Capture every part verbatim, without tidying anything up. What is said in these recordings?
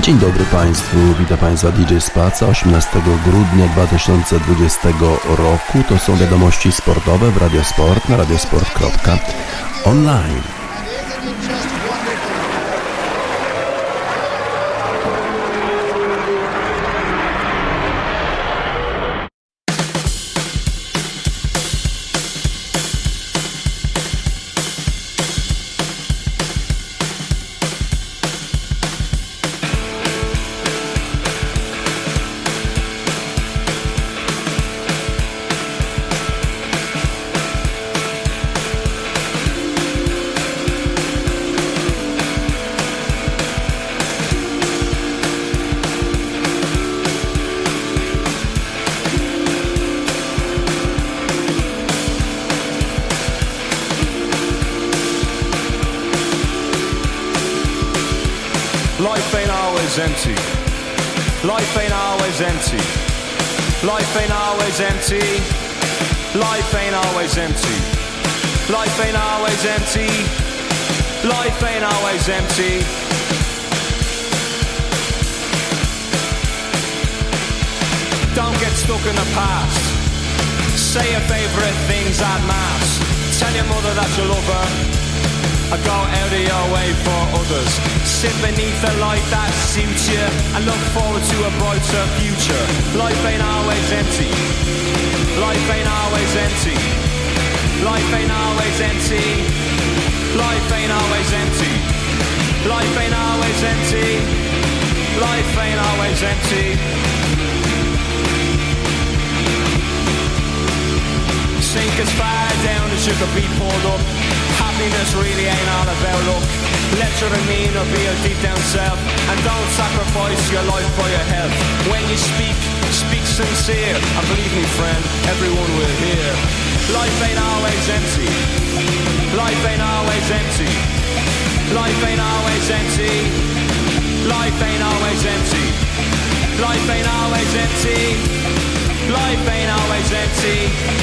Dzień dobry Państwu, witam Państwa D J Spaca, osiemnastego grudnia dwa tysiące dwudziestego roku. To są wiadomości sportowe w Radiosport na radiosport kropka online. Life ain't always empty. Life ain't always empty. Life ain't always empty. Life ain't always empty. Life ain't always empty. Life ain't always empty. Don't get stuck in the past. Say your favourite things en masse. Tell your mother that you love her. I go out of your way for others. Sit beneath the light that suits you and look forward to a brighter future. Life ain't always empty. Life ain't always empty. Life ain't always empty. Life ain't always empty. Life ain't always empty. Life ain't always empty. Sink as far down as you could be pulled up. Happiness really ain't all about luck. Let your demeanor be your deep down self, and don't sacrifice your life for your health. When you speak, speak sincere, and believe me friend, everyone will hear. Life ain't always empty. Life ain't always empty. Life ain't always empty. Life ain't always empty. Life ain't always empty. Life ain't always empty.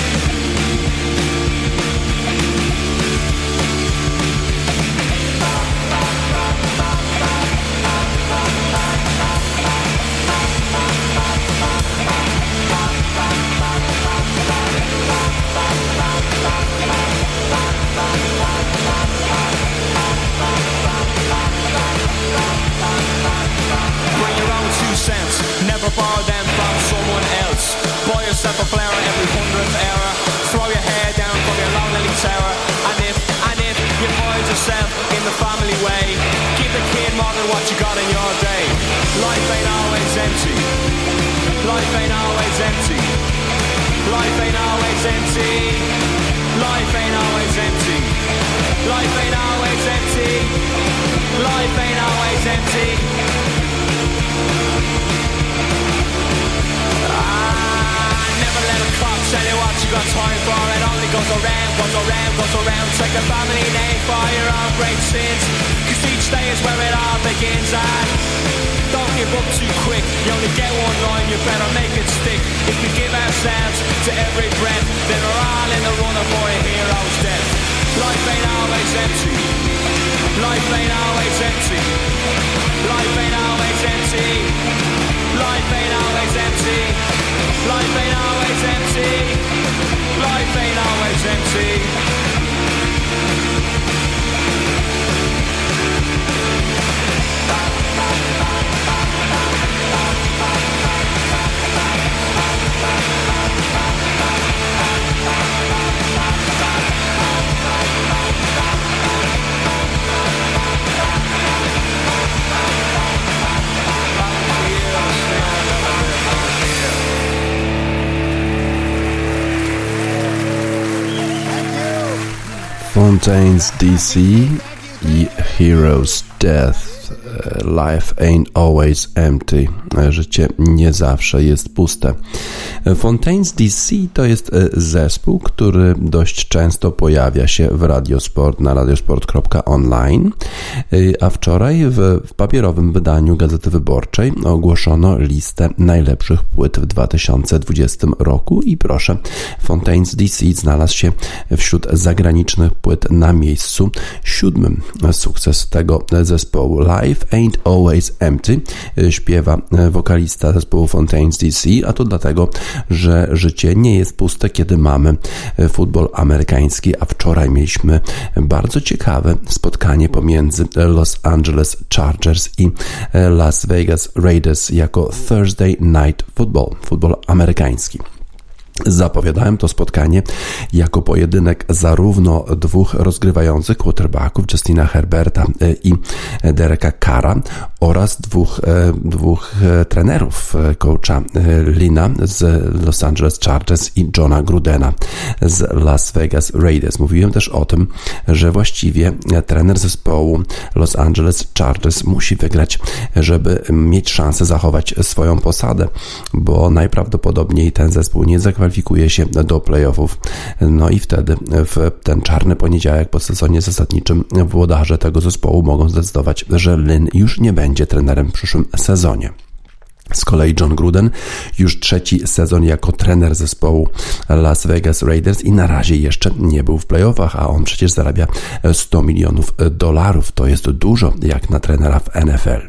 Bring your own two cents, never borrow them from someone else. Buy yourself a flower every hundredth hour. Throw your hair down from your lonely tower. And if, and if you find yourself in the family way, give the kid more than what you got in your day. Life ain't always empty. Life ain't always empty. Life ain't always empty. Life ain't always empty. Life ain't always empty. Life ain't always empty. Ah, never let a clock tell you what you got time for. It only goes around, goes around, goes around. Take a family name for your own great sins, cause each day is where it all begins. And don't give up too quick. You only get one line, you better make it stick. If we give ourselves to every breath, then we're all in the runner for a hero's death. Life ain't always empty. Life ain't always empty. Life ain't always empty. Life ain't always empty. Life ain't always empty. Life ain't always empty. Fontaines D C i Hero's Death. Life ain't always empty. Życie nie zawsze jest puste. Fontaines D C to jest zespół, który dość często pojawia się w Radiosport na radiosport kropka online. A wczoraj w, w papierowym wydaniu Gazety Wyborczej ogłoszono listę najlepszych płyt w dwa tysiące dwudziestym roku i proszę, Fontaines D C znalazł się wśród zagranicznych płyt na miejscu siódmym. Sukces tego zespołu. Life Ain't Always Empty śpiewa wokalista zespołu Fontaines D C, a to dlatego, że życie nie jest puste, kiedy mamy futbol amerykański, a wczoraj mieliśmy bardzo ciekawe spotkanie pomiędzy Los Angeles Chargers i Las Vegas Raiders jako Thursday Night Football, futbol amerykański. Zapowiadałem to spotkanie jako pojedynek zarówno dwóch rozgrywających quarterbacków, Justina Herberta i Dereka Carra, oraz dwóch, dwóch trenerów, coacha Lina z Los Angeles Chargers i Johna Grudena z Las Vegas Raiders. Mówiłem też o tym, że właściwie trener zespołu Los Angeles Chargers musi wygrać, żeby mieć szansę zachować swoją posadę, bo najprawdopodobniej ten zespół nie zakwalifikuje się do playoffów. No i wtedy w ten czarny poniedziałek po sezonie zasadniczym włodarze tego zespołu mogą zdecydować, że Lynn już nie będzie trenerem w przyszłym sezonie. Z kolei John Gruden już trzeci sezon jako trener zespołu Las Vegas Raiders i na razie jeszcze nie był w playoffach, a on przecież zarabia sto milionów dolarów. To jest dużo jak na trenera w N F L.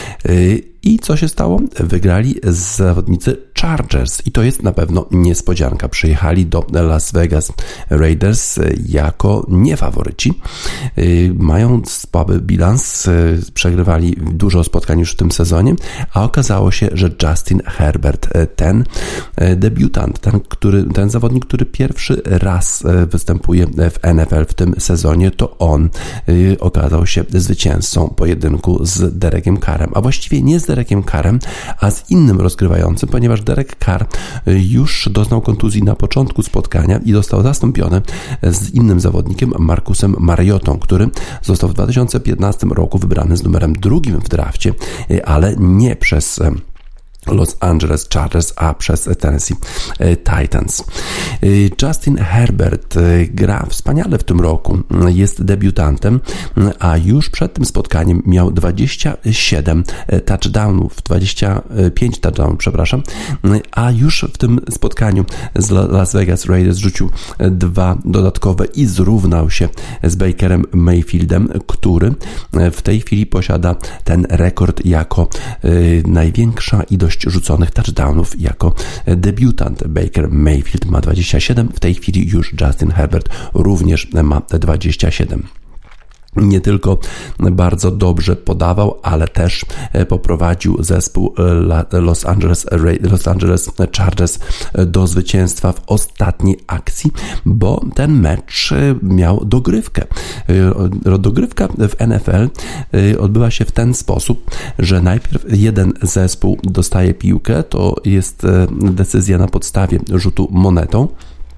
I co się stało? Wygrali zawodnicy Chargers i to jest na pewno niespodzianka. Przyjechali do Las Vegas Raiders jako niefaworyci. Mają słaby bilans, przegrywali dużo spotkań już w tym sezonie, a okazało się, że Justin Herbert, ten debiutant, ten, który, ten zawodnik, który pierwszy raz występuje w N F L w tym sezonie, to on okazał się zwycięzcą pojedynku z Derekiem Carrem, a właściwie nie z Derekiem Carrem, a z innym rozgrywającym, ponieważ Derek Carr już doznał kontuzji na początku spotkania i został zastąpiony z innym zawodnikiem, Marcusem Mariotą, który został w dwa tysiące piętnastym roku wybrany z numerem drugim w drafcie, ale nie przez Los Angeles Chargers, a przez Tennessee Titans. Justin Herbert gra wspaniale w tym roku, jest debiutantem, a już przed tym spotkaniem miał dwadzieścia siedem touchdownów, dwadzieścia pięć touchdownów, przepraszam, a już w tym spotkaniu z Las Vegas Raiders rzucił dwa dodatkowe i zrównał się z Bakerem Mayfieldem, który w tej chwili posiada ten rekord jako największa ilość rzuconych touchdownów jako debiutant. Baker Mayfield ma dwadzieścia siedem, w tej chwili już Justin Herbert również ma dwadzieścia siedem. Nie tylko bardzo dobrze podawał, ale też poprowadził zespół Los Angeles, Los Angeles Chargers do zwycięstwa w ostatniej akcji, bo ten mecz miał dogrywkę. Dogrywka w N F L odbywa się w ten sposób, że najpierw jeden zespół dostaje piłkę, to jest decyzja na podstawie rzutu monetą.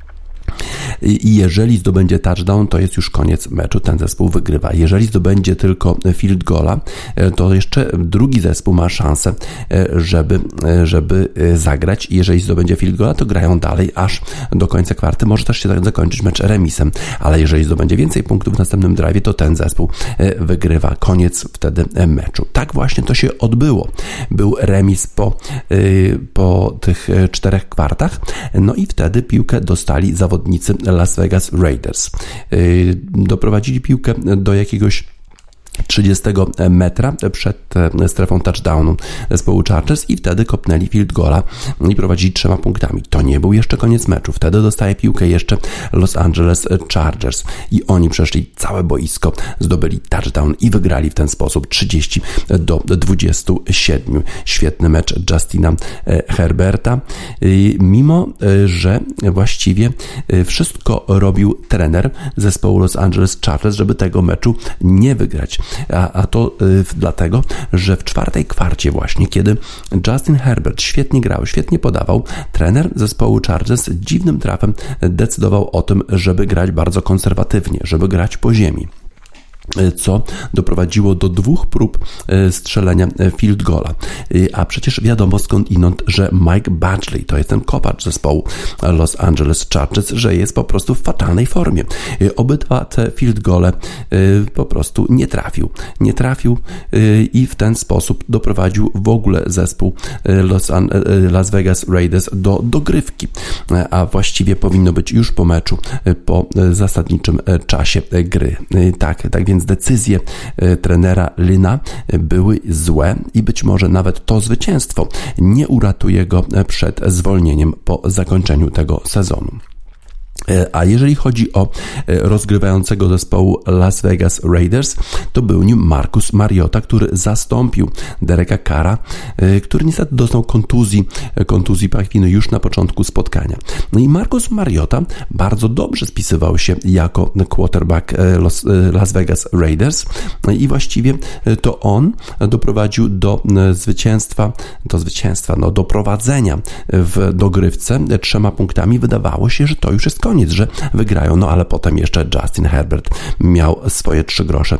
I jeżeli zdobędzie touchdown, to jest już koniec meczu, ten zespół wygrywa. Jeżeli zdobędzie tylko field goala, to jeszcze drugi zespół ma szansę, żeby, żeby zagrać. Jeżeli zdobędzie field goala, to grają dalej aż do końca kwarty. Może też się zakończyć mecz remisem, ale jeżeli zdobędzie więcej punktów w następnym drive'ie, to ten zespół wygrywa. Koniec wtedy meczu. Tak właśnie to się odbyło. Był remis po, po tych czterech kwartach, no i wtedy piłkę dostali zawodnicy Las Vegas Raiders. Doprowadzili piłkę do jakiegoś trzydziestego metra przed strefą touchdownu zespołu Chargers i wtedy kopnęli field goala i prowadzili trzema punktami. To nie był jeszcze koniec meczu. Wtedy dostaje piłkę jeszcze Los Angeles Chargers i oni przeszli całe boisko, zdobyli touchdown i wygrali w ten sposób trzydzieści do dwudziestu siedmiu. Świetny mecz Justina Herberta, mimo że właściwie wszystko robił trener zespołu Los Angeles Chargers, żeby tego meczu nie wygrać. A, a to y, dlatego, że w czwartej kwarcie właśnie, kiedy Justin Herbert świetnie grał, świetnie podawał, trener zespołu Chargers dziwnym trafem decydował o tym, żeby grać bardzo konserwatywnie, żeby grać po ziemi. co doprowadziło do dwóch prób strzelenia field goala. A przecież wiadomo skądinąd, że Mike Badgley, to jest ten kopacz zespołu Los Angeles Chargers, że jest po prostu w fatalnej formie. Obydwa te field goale po prostu nie trafił. Nie trafił i w ten sposób doprowadził w ogóle zespół Los An- Las Vegas Raiders do dogrywki, a właściwie powinno być już po meczu, po zasadniczym czasie gry. Tak, tak więc decyzje trenera Lyna były złe i być może nawet to zwycięstwo nie uratuje go przed zwolnieniem po zakończeniu tego sezonu. A jeżeli chodzi o rozgrywającego zespołu Las Vegas Raiders, to był nim Marcus Mariota, który zastąpił Dereka Carra, który niestety doznał kontuzji, kontuzji pachwiny już na początku spotkania. No i Marcus Mariota bardzo dobrze spisywał się jako quarterback Los, Las Vegas Raiders i właściwie to on doprowadził do zwycięstwa, do zwycięstwa, no do prowadzenia w dogrywce trzema punktami. Wydawało się, że to już jest koniec, że wygrają, no ale potem jeszcze Justin Herbert miał swoje trzy grosze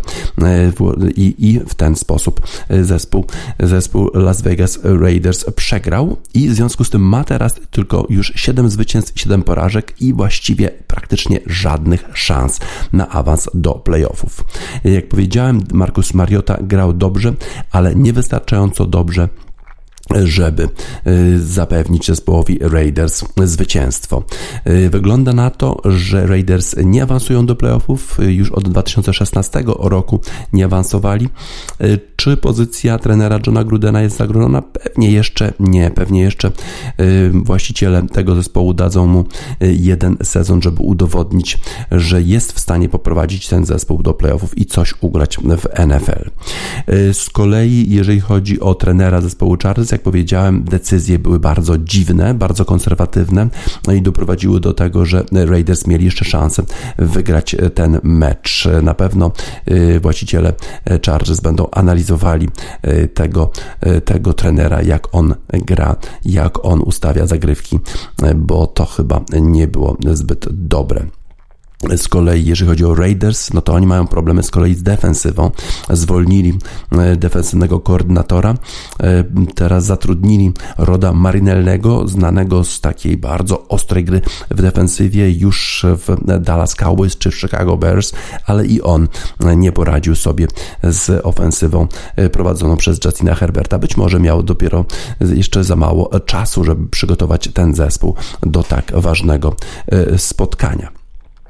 i, i w ten sposób zespół, zespół Las Vegas Raiders przegrał i w związku z tym ma teraz tylko już siedem zwycięstw, siedem porażek i właściwie praktycznie żadnych szans na awans do playoffów. Jak powiedziałem, Marcus Mariota grał dobrze, ale niewystarczająco dobrze, żeby zapewnić zespołowi Raiders zwycięstwo. Wygląda na to, że Raiders nie awansują do playoffów, już od dwa tysiące szesnastego roku nie awansowali. Czy pozycja trenera Johna Grudena jest zagrożona? Pewnie jeszcze nie, pewnie jeszcze właściciele tego zespołu dadzą mu jeden sezon, żeby udowodnić, że jest w stanie poprowadzić ten zespół do playoffów i coś ugrać w N F L. Z kolei, jeżeli chodzi o trenera zespołu Chargers, jak powiedziałem, decyzje były bardzo dziwne, bardzo konserwatywne, no i doprowadziły do tego, że Raiders mieli jeszcze szansę wygrać ten mecz. Na pewno właściciele Chargers będą analizowali tego, tego trenera, jak on gra, jak on ustawia zagrywki, bo to chyba nie było zbyt dobre. Z kolei, jeżeli chodzi o Raiders, no to oni mają problemy z kolei z defensywą. Zwolnili defensywnego koordynatora, teraz zatrudnili Roda Marinellego, znanego z takiej bardzo ostrej gry w defensywie już w Dallas Cowboys czy w Chicago Bears, ale i on nie poradził sobie z ofensywą prowadzoną przez Justina Herberta. Być może miał dopiero jeszcze za mało czasu, żeby przygotować ten zespół do tak ważnego spotkania.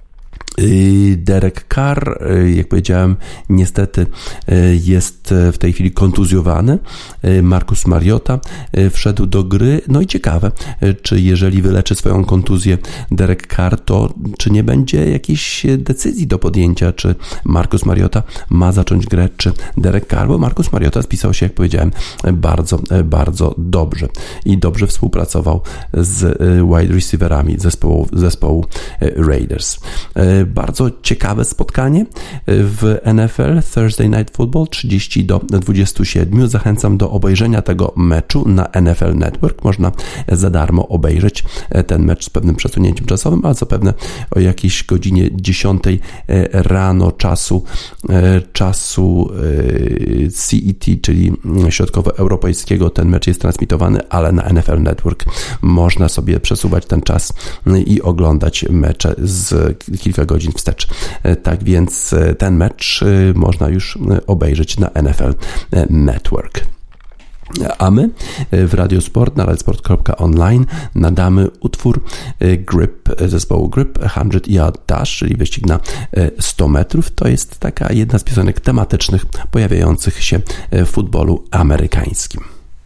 Derek Carr, jak powiedziałem, niestety jest w tej chwili kontuzjowany. Marcus Mariota wszedł do gry. No i ciekawe, czy jeżeli wyleczy swoją kontuzję Derek Carr, to czy nie będzie jakiejś decyzji do podjęcia, czy Marcus Mariota ma zacząć grę, czy Derek Carr, bo Marcus Mariota spisał się, jak powiedziałem, bardzo, bardzo dobrze i dobrze współpracował z wide receiverami zespołu, zespołu Raiders. Bardzo ciekawe spotkanie w N F L, Thursday Night Football, trzydzieści do dwudziestu siedmiu. Zachęcam do obejrzenia tego meczu na N F L Network. Można za darmo obejrzeć ten mecz z pewnym przesunięciem czasowym, a zapewne o jakiejś godzinie dziesiątej rano czasu czasu C E T, czyli środkowoeuropejskiego. Ten mecz jest transmitowany, ale na N F L Network można sobie przesuwać ten czas i oglądać mecze z kilka godzin wstecz. Tak więc ten mecz można już obejrzeć na N F L Network. A my w Radiosport na radiosport kropka online nadamy utwór Grip zespołu Grip sto Yard Dash, czyli wyścig na sto metrów. To jest taka jedna z piosenek tematycznych pojawiających się w futbolu amerykańskim.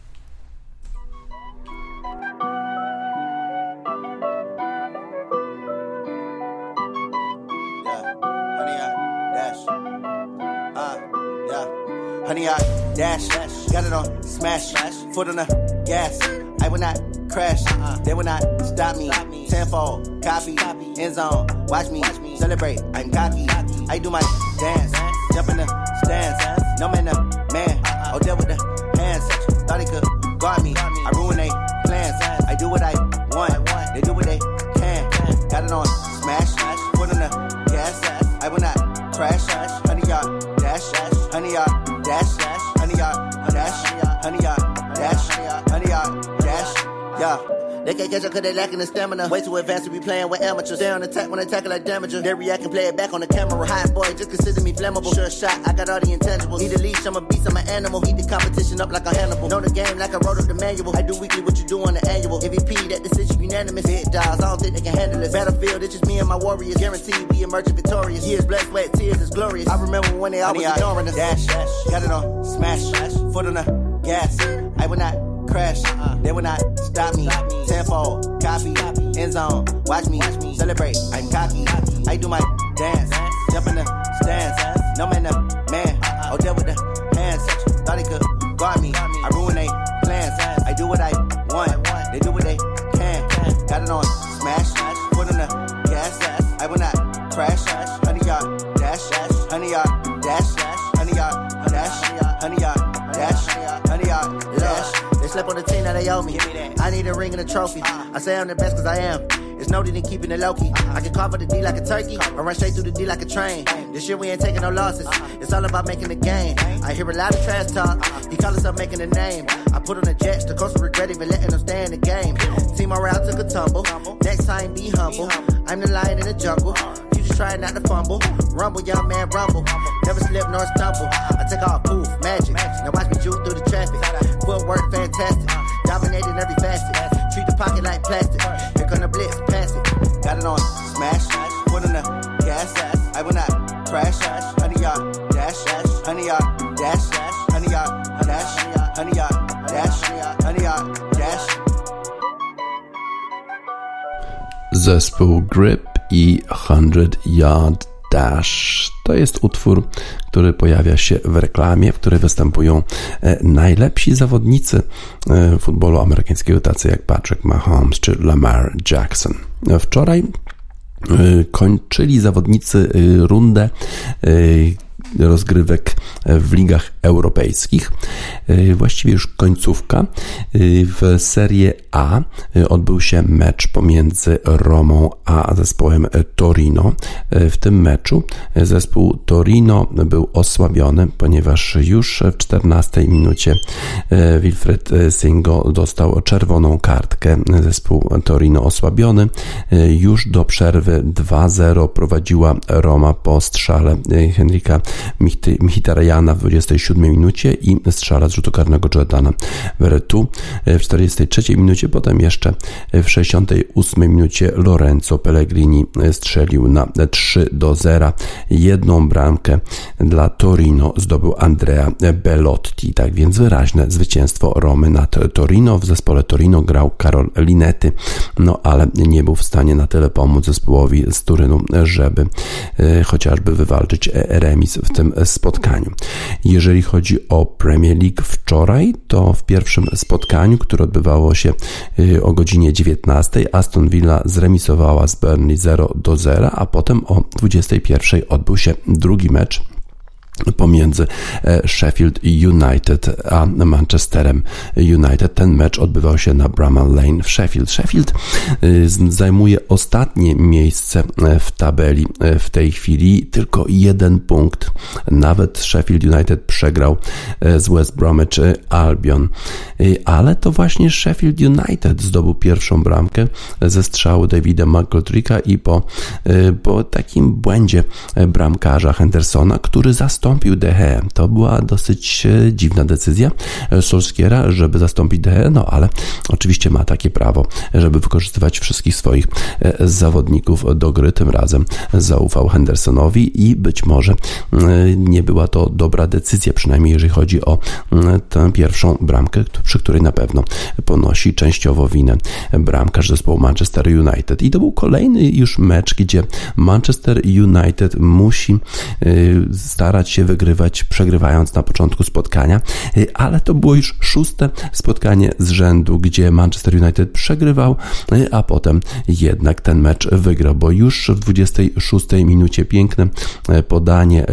Honey, I dash, got it on smash, foot on the gas. I will not crash, they will not stop me. Tenfold, copy, end zone, watch me celebrate. I'm cocky, I do my dance, jump in the stands. No man, no man, oh deal with the hands. Thought he could guard me, I ruin they plans. I do what I want, they do what they can. Got it on smash, foot on the gas. I will not crash, honey, y'all. honey yard dash, honey yard dash, honey yard dash, honey yard dash, yeah. They can't catch up cause they lacking the stamina. Way too advanced to be playing with amateurs. Stay on attack when they tackle like damager. They react and play it back on the camera. Hot boy, just consider me flammable. Sure shot, I got all the intangibles. Need a leash, I'm a beast, I'm an animal. Heat the competition up like a Hannibal. Know the game like I wrote up the manual. I do weekly what you do on the annual. M V P, that decision unanimous. Hit dials, I don't think they can handle it. Battlefield, it's just me and my warriors. Guaranteed we emerging victorious. Years, blood, sweat, tears, it's glorious. I remember when they always ignoring us. Dash, dash, got it on, smash, smash. Foot on the gas, I will not crash, uh, they will not stop me. Tenfold, copy, end zone, watch me, celebrate. I'm cocky, I do my dance, jump in the stands. No man, the man, oh there with the hands. Thought he could guard me, I ruin they plans. I do what I want, they do what they can. Got it on, smash, foot on the gas. I will not crash, honey yard dash, honey yard dash, honey yard dash, honey yard dash, honey yard dash. They slept on the team that they owe me. I need a ring and a trophy. I say I'm the best cause I am. It's no need in keeping it low-key. I can carve the D like a turkey or run straight through the D like a train. This year we ain't taking no losses. It's all about making the game. I hear a lot of trash talk. He call himself making a name. I put on the Jets. The coach will regret even letting them stay in the game. Team morale took a tumble. Next time be humble. I'm the lion in the jungle. You just try not to fumble. Rumble, young man, rumble. Never slip nor stumble. I take off, poof, magic. Now watch me juke through the traffic. Footwork fantastic. Dominating every facet. Treat the pocket like plastic. Here come the blitz, pass it. Got it on, smash. Foot on the gas. I will not crash. Honey yard dash. Honey yard dash. Honey yard dash. Honey yard dash. Honey yard dash. Zespół Grip i hundred Yard Dash. To jest utwór, który pojawia się w reklamie, w której występują najlepsi zawodnicy futbolu amerykańskiego, tacy jak Patrick Mahomes czy Lamar Jackson. Wczoraj kończyli zawodnicy rundę rozgrywek w ligach europejskich. Właściwie już końcówka. W Serie A odbył się mecz pomiędzy Romą a zespołem Torino. W tym meczu zespół Torino był osłabiony, ponieważ już w czternastej minucie Wilfred Singo dostał czerwoną kartkę. Zespół Torino osłabiony. Już do przerwy dwa zero prowadziła Roma po strzale Henryka Mkhitarjana w dwudziestej siódmej minucie i strzela z rzutu karnego Jordana Veretout w czterdziestej trzeciej minucie, potem jeszcze w sześćdziesiątej ósmej minucie Lorenzo Pellegrini strzelił na trzy do zera. Jedną bramkę dla Torino zdobył Andrea Belotti, tak więc wyraźne zwycięstwo Romy nad Torino. W zespole Torino grał Karol Linetti, no ale nie był w stanie na tyle pomóc zespołowi z Turynu, żeby chociażby wywalczyć remis w tym spotkaniu. Jeżeli chodzi o Premier League wczoraj, to w pierwszym spotkaniu, które odbywało się o godzinie dziewiętnastej, Aston Villa zremisowała z Burnley zero do zera, a potem o dwudziestej pierwszej odbył się drugi mecz pomiędzy Sheffield United a Manchesterem United. Ten mecz odbywał się na Bramall Lane w Sheffield. Sheffield zajmuje ostatnie miejsce w tabeli w tej chwili, tylko jeden punkt. Nawet Sheffield United przegrał z West Bromwich Albion, ale to właśnie Sheffield United zdobył pierwszą bramkę ze strzału Davida McGoldricka i po, po takim błędzie bramkarza Hendersona, który zastąpił zastąpił De Gea. To była dosyć dziwna decyzja Solskjaera, żeby zastąpić De Gea, no ale oczywiście ma takie prawo, żeby wykorzystywać wszystkich swoich zawodników do gry. Tym razem zaufał Hendersonowi i być może nie była to dobra decyzja, przynajmniej jeżeli chodzi o tę pierwszą bramkę, przy której na pewno ponosi częściowo winę bramkarz zespołu Manchester United. I to był kolejny już mecz, gdzie Manchester United musi starać się wygrywać, przegrywając na początku spotkania, ale to było już szóste spotkanie z rzędu, gdzie Manchester United przegrywał, a potem jednak ten mecz wygrał, bo już w dwudziestej szóstej minucie piękne podanie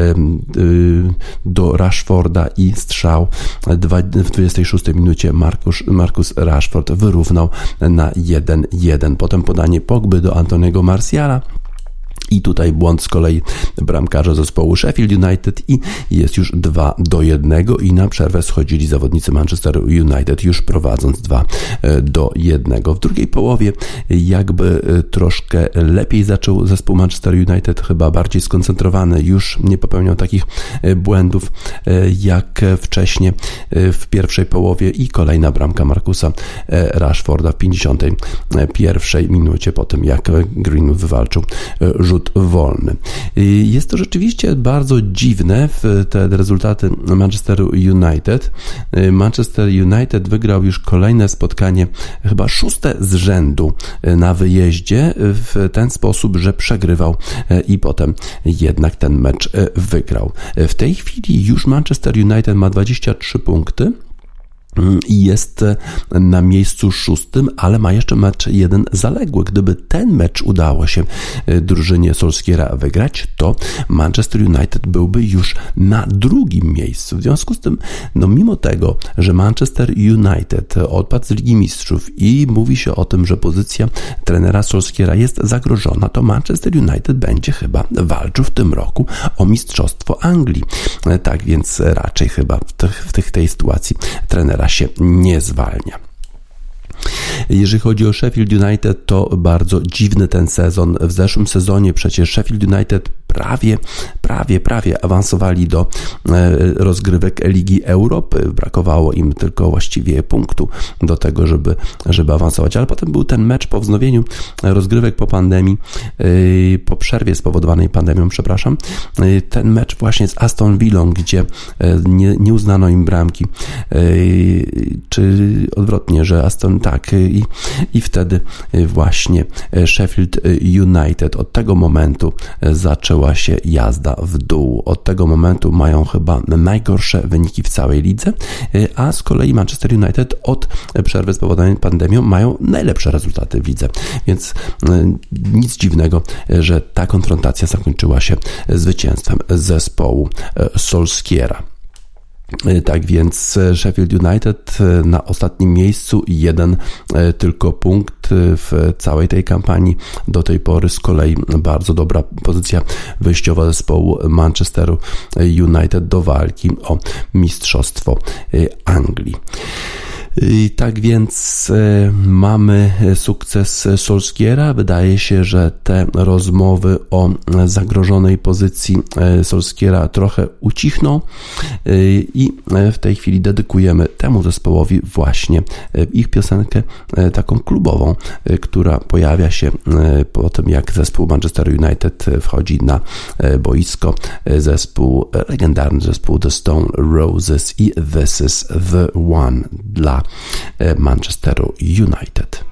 do Rashforda i strzał. W dwudziestej szóstej minucie Marcus, Marcus Rashford wyrównał na jeden jeden. Potem podanie Pogby do Antoniego Martiala I tutaj błąd z kolei bramkarza zespołu Sheffield United i jest już dwa do jednego i na przerwę schodzili zawodnicy Manchester United, już prowadząc dwa do jednego. W drugiej połowie jakby troszkę lepiej zaczął zespół Manchester United, chyba bardziej skoncentrowany, już nie popełniał takich błędów jak wcześniej w pierwszej połowie i kolejna bramka Marcusa Rashforda w pięćdziesiątej pierwszej minucie po tym, jak Greenwood wywalczył rzut wolny. Jest to rzeczywiście bardzo dziwne, te rezultaty Manchester United. Manchester United wygrał już kolejne spotkanie, chyba szóste z rzędu na wyjeździe w ten sposób, że przegrywał i potem jednak ten mecz wygrał. W tej chwili już Manchester United ma dwadzieścia trzy punkty i jest na miejscu szóstym, ale ma jeszcze mecz jeden zaległy. Gdyby ten mecz udało się drużynie Solskjaera wygrać, to Manchester United byłby już na drugim miejscu. W związku z tym, no mimo tego, że Manchester United odpadł z Ligi Mistrzów i mówi się o tym, że pozycja trenera Solskjaera jest zagrożona, to Manchester United będzie chyba walczył w tym roku o mistrzostwo Anglii. Tak więc raczej chyba w, tych, w tych, tej sytuacji trenera się nie zwalnia. Jeżeli chodzi o Sheffield United, to bardzo dziwny ten sezon. W zeszłym sezonie przecież Sheffield United prawie, prawie, prawie awansowali do rozgrywek Ligi Europy. Brakowało im tylko właściwie punktu do tego, żeby, żeby awansować. Ale potem był ten mecz po wznowieniu rozgrywek po pandemii, po przerwie spowodowanej pandemią, przepraszam. Ten mecz właśnie z Aston Villą, gdzie nie, nie uznano im bramki. Czy odwrotnie, że Aston tak i, i wtedy właśnie Sheffield United od tego momentu zaczęła się jazda w dół. Od tego momentu mają chyba najgorsze wyniki w całej lidze, a z kolei Manchester United od przerwy spowodowanej pandemią mają najlepsze rezultaty w lidze. Więc nic dziwnego, że ta konfrontacja zakończyła się zwycięstwem zespołu Solskjaera. Tak więc Sheffield United na ostatnim miejscu, jeden tylko punkt w całej tej kampanii. Do tej pory z kolei bardzo dobra pozycja wyjściowa zespołu Manchesteru United do walki o mistrzostwo Anglii. I tak więc e, mamy sukces Solskjaera. Wydaje się, że te rozmowy o zagrożonej pozycji Solskjaera trochę ucichną e, i w tej chwili dedykujemy temu zespołowi właśnie ich piosenkę e, taką klubową, e, która pojawia się e, po tym, jak zespół Manchester United wchodzi na e, boisko. E, zespół, e, legendarny zespół The Stone Roses i This is the One dla Manchesteru United.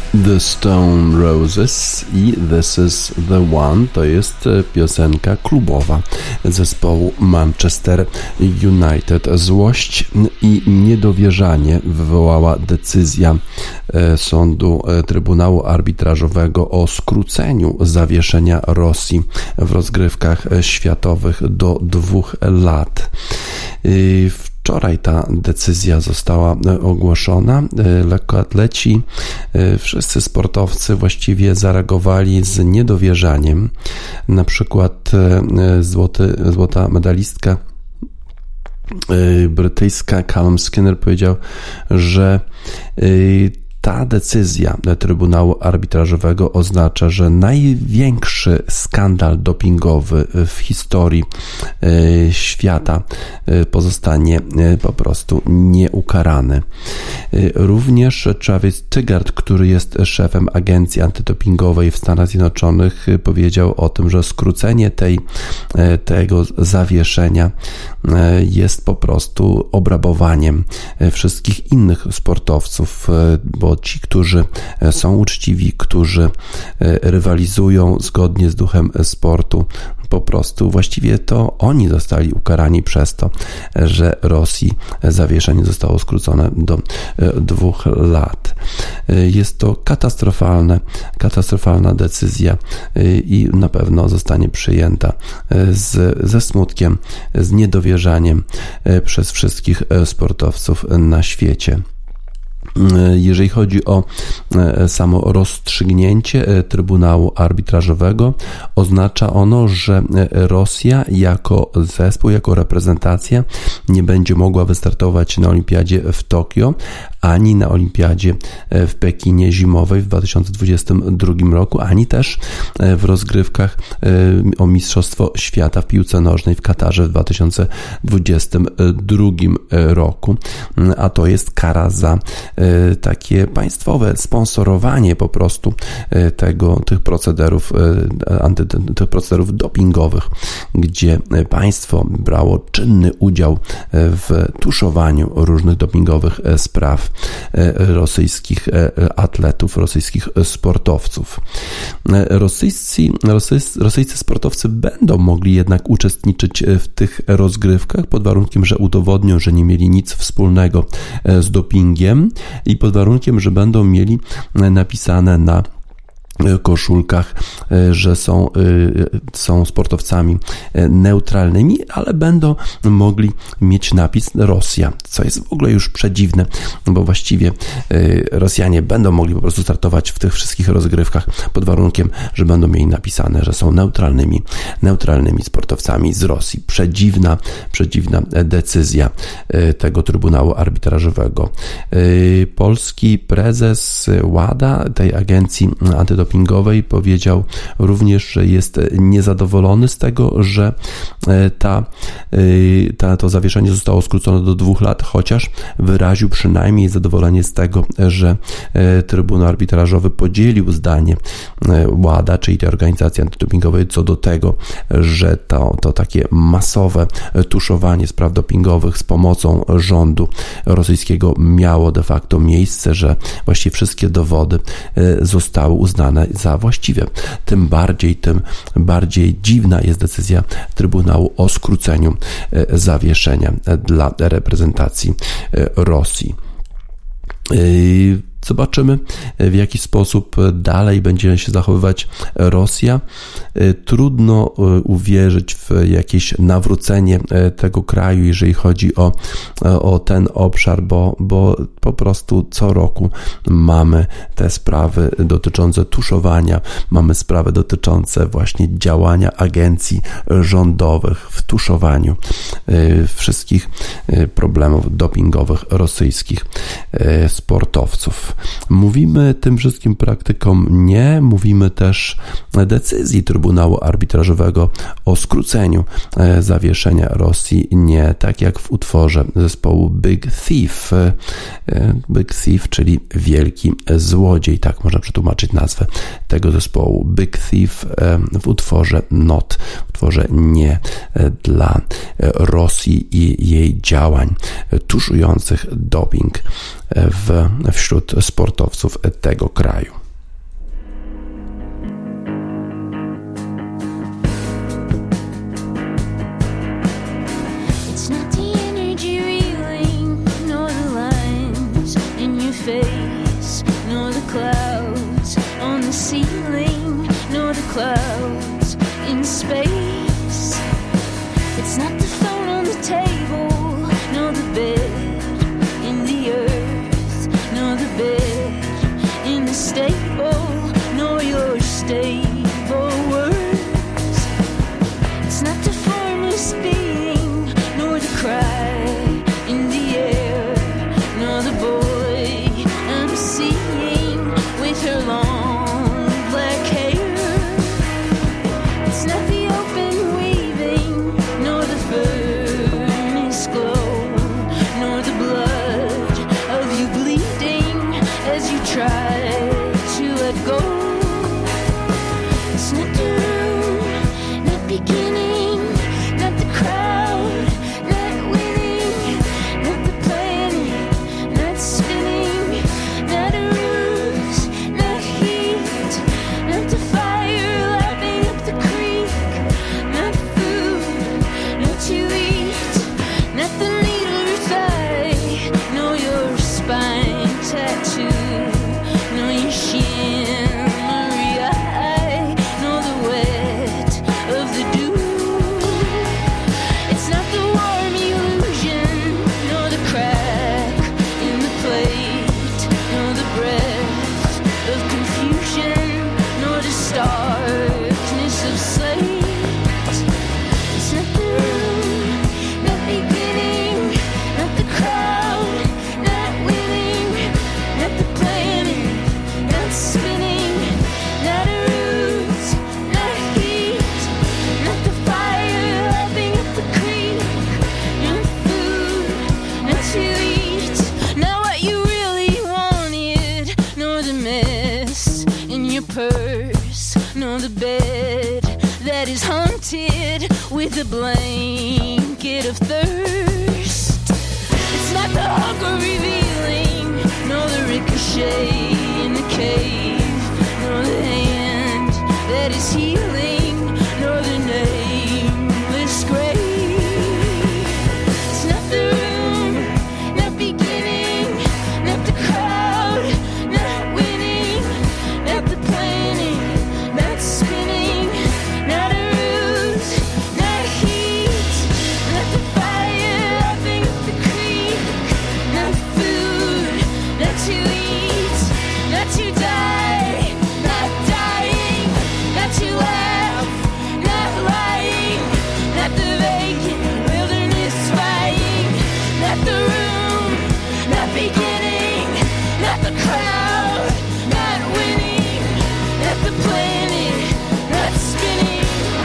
The Stone Roses i This Is The One to jest piosenka klubowa zespołu Manchester United. Złość i niedowierzanie wywołała decyzja sądu Trybunału Arbitrażowego o skróceniu zawieszenia Rosji w rozgrywkach światowych do dwóch lat. Wczoraj ta decyzja została ogłoszona. Lekkoatleci, wszyscy sportowcy właściwie zareagowali z niedowierzaniem. Na przykład złoty, złota medalistka brytyjska Callum Skinner powiedział, że ta decyzja Trybunału Arbitrażowego oznacza, że największy skandal dopingowy w historii świata pozostanie po prostu nieukarany. Również Travis Tygart, który jest szefem agencji antydopingowej w Stanach Zjednoczonych, powiedział o tym, że skrócenie tej, tego zawieszenia jest po prostu obrabowaniem wszystkich innych sportowców, bo ci, którzy są uczciwi, którzy rywalizują zgodnie z duchem sportu, po prostu właściwie to oni zostali ukarani przez to, że Rosji zawieszenie zostało skrócone do dwóch lat. Jest to katastrofalne, katastrofalna decyzja i na pewno zostanie przyjęta z, ze smutkiem, z niedowierzaniem przez wszystkich sportowców na świecie. Jeżeli chodzi o samo rozstrzygnięcie Trybunału Arbitrażowego, oznacza ono, że Rosja jako zespół, jako reprezentacja nie będzie mogła wystartować na Olimpiadzie w Tokio, ani na Olimpiadzie w Pekinie zimowej w dwa tysiące dwudziestym drugim roku, ani też w rozgrywkach o Mistrzostwo Świata w piłce nożnej w Katarze w dwa tysiące dwudziestym drugim roku, a to jest kara za takie państwowe sponsorowanie po prostu tego, tych procederów, anty, tych procederów dopingowych, gdzie państwo brało czynny udział w tuszowaniu różnych dopingowych spraw rosyjskich atletów, rosyjskich sportowców. Rosyjscy, rosyjscy, rosyjscy sportowcy będą mogli jednak uczestniczyć w tych rozgrywkach pod warunkiem, że udowodnią, że nie mieli nic wspólnego z dopingiem i pod warunkiem, że będą mieli napisane na koszulkach, że są, są sportowcami neutralnymi, ale będą mogli mieć napis Rosja, co jest w ogóle już przedziwne, bo właściwie Rosjanie będą mogli po prostu startować w tych wszystkich rozgrywkach pod warunkiem, że będą mieli napisane, że są neutralnymi, neutralnymi sportowcami z Rosji. Przedziwna, przedziwna decyzja tego Trybunału Arbitrażowego. Polski prezes WADA, tej agencji antydopingowej, powiedział również, że jest niezadowolony z tego, że ta, ta, to zawieszenie zostało skrócone do dwóch lat, chociaż wyraził przynajmniej zadowolenie z tego, że Trybunał Arbitrażowy podzielił zdanie WADA, czyli tej organizacji antydopingowej, co do tego, że to, to takie masowe tuszowanie spraw dopingowych z pomocą rządu rosyjskiego miało de facto miejsce, że właściwie wszystkie dowody zostały uznane za właściwe. Tym bardziej, tym bardziej dziwna jest decyzja Trybunału o skróceniu zawieszenia dla reprezentacji Rosji. Zobaczymy, w jaki sposób dalej będzie się zachowywać Rosja. Trudno uwierzyć w jakieś nawrócenie tego kraju, jeżeli chodzi o, o ten obszar, bo, bo po prostu co roku mamy te sprawy dotyczące tuszowania, mamy sprawy dotyczące właśnie działania agencji rządowych w tuszowaniu wszystkich problemów dopingowych rosyjskich sportowców. Mówimy tym wszystkim praktykom nie, mówimy też decyzji Trybunału Arbitrażowego o skróceniu zawieszenia Rosji nie, tak jak w utworze zespołu Big Thief. Big Thief, czyli Wielki Złodziej, tak można przetłumaczyć nazwę tego zespołu. Big Thief w utworze Not, w utworze Nie dla Rosji i jej działań tuszujących doping w, wśród sportowców tego kraju. Clouds in space. It's not the phone on the table, nor the bed in the earth, nor the bed in the stable, nor your stable words. It's not the formless being, nor the cry in the air, nor the boy I'm seeing with her long black hair. It's not the open weaving, nor the furnace glow, nor the blood of you bleeding as you try to let go. It's not the room, not beginning, not the crowd, not winning, not the planning, not spinning, not a ruse, not heat, not the fire lapping up the creek, not food, not to eat, not the needle or thigh, nor your spine tattoo, nor your shimmery eye, nor the wet of the dew. It's not the warm illusion, nor the crack in the plate, nor the breath of confusion, nor the starkness of slate. It's not the room, not beginning, not the crowd, not winning, not the planning, not spinning, not a ruse, not heat, not the fire lapping up the creek, not food, not to eat, not what you really wanted, nor the mess in your purse, nor the bed that is haunted with a blanket of thirst. It's not the hunger revealing, nor the ricochet in the cave, nor the hand that is healing, nor the nameless grave. It's not the room, not beginning, not the crowd, not winning, not the planning, not spinning, not a ruse, not heat, not the fire lapping up the creek, not food, not to eat, not to die, not dying, not to laugh, not lying, not the vacant wilderness spying, not the room, not beginning, not the crowd, not winning, not the planet, not spinning.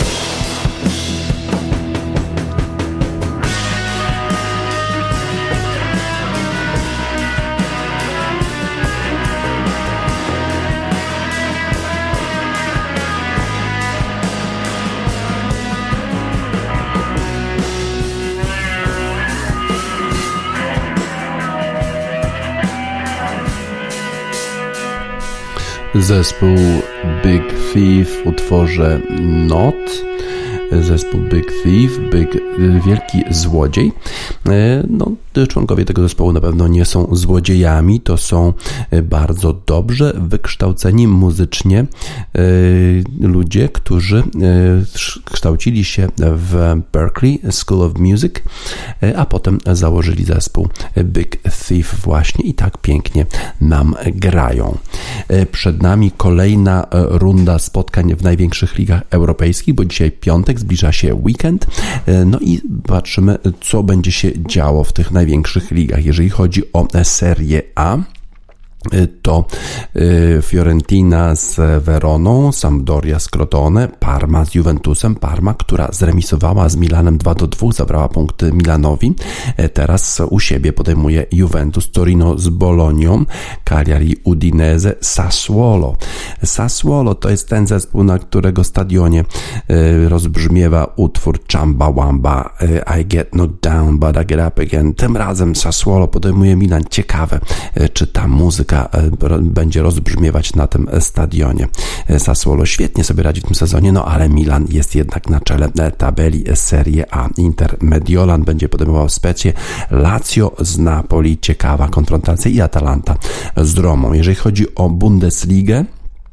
Zespół Big Thief w utworze Not. Zespół Big Thief, Big, wielki złodziej. No, członkowie tego zespołu na pewno nie są złodziejami, to są bardzo dobrze wykształceni muzycznie ludzie, którzy kształcili się w Berklee School of Music, a potem założyli zespół Big Thief właśnie i tak pięknie nam grają. Przed nami kolejna runda spotkań w największych ligach europejskich, bo dzisiaj piątek, zbliża się weekend, no i patrzymy, co będzie się działo w tych największych ligach. Jeżeli chodzi o Serię A, to Fiorentina z Veroną, Sampdoria z Crotone, Parma z Juventusem, Parma, która zremisowała z Milanem dwa do dwóch, zabrała punkty Milanowi, teraz u siebie podejmuje Juventus, Torino z Bolonią, Cagliari, Udinese, Sassuolo. Sassuolo to jest ten zespół, na którego stadionie rozbrzmiewa utwór Chamba Wamba, I get knocked down, but I get up again. Tym razem Sassuolo podejmuje Milan. Ciekawe, czy ta muzyka będzie rozbrzmiewać na tym stadionie. Sassuolo świetnie sobie radzi w tym sezonie, no ale Milan jest jednak na czele tabeli Serie A. Inter Mediolan będzie podejmował Specję, Lazio z Napoli, ciekawa konfrontacja, i Atalanta z Romą. Jeżeli chodzi o Bundesligę,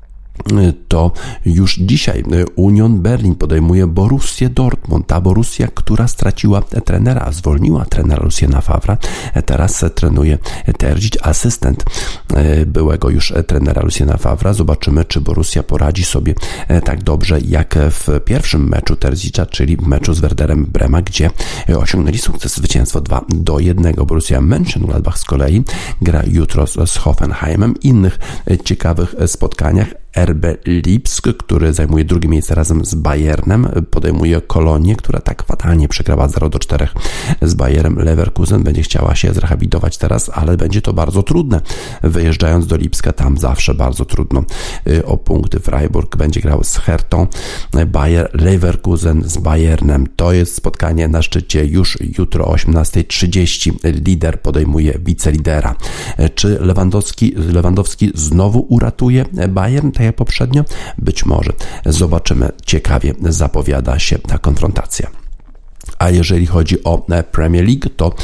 to już dzisiaj Union Berlin podejmuje Borussię Dortmund. Ta Borussia, która straciła trenera, zwolniła trenera Luciana Favra, teraz trenuje Terzic, asystent byłego już trenera Luciana Favra. Zobaczymy, czy Borussia poradzi sobie tak dobrze jak w pierwszym meczu Terzicia, czyli w meczu z Werderem Brema, gdzie osiągnęli sukces, zwycięstwo dwa do jednego. Borussia Mönchengladbach z kolei gra jutro z Hoffenheimem. Innych ciekawych spotkaniach R B Lipsk, który zajmuje drugie miejsce razem z Bayernem, podejmuje Kolonię, która tak fatalnie przegrała zero do czterech z Bayerem. Leverkusen będzie chciała się zrehabilitować teraz, ale będzie to bardzo trudne. Wyjeżdżając do Lipska, tam zawsze bardzo trudno o punkty. Freiburg będzie grał z Hertą, Bayer Leverkusen z Bayernem. To jest spotkanie na szczycie już jutro o osiemnasta trzydzieści. Lider podejmuje wicelidera. Czy Lewandowski, Lewandowski znowu uratuje Bayern, tak jak poprzednio? Być może. Zobaczymy. Ciekawie zapowiada się ta konfrontacja. A jeżeli chodzi o Premier League, to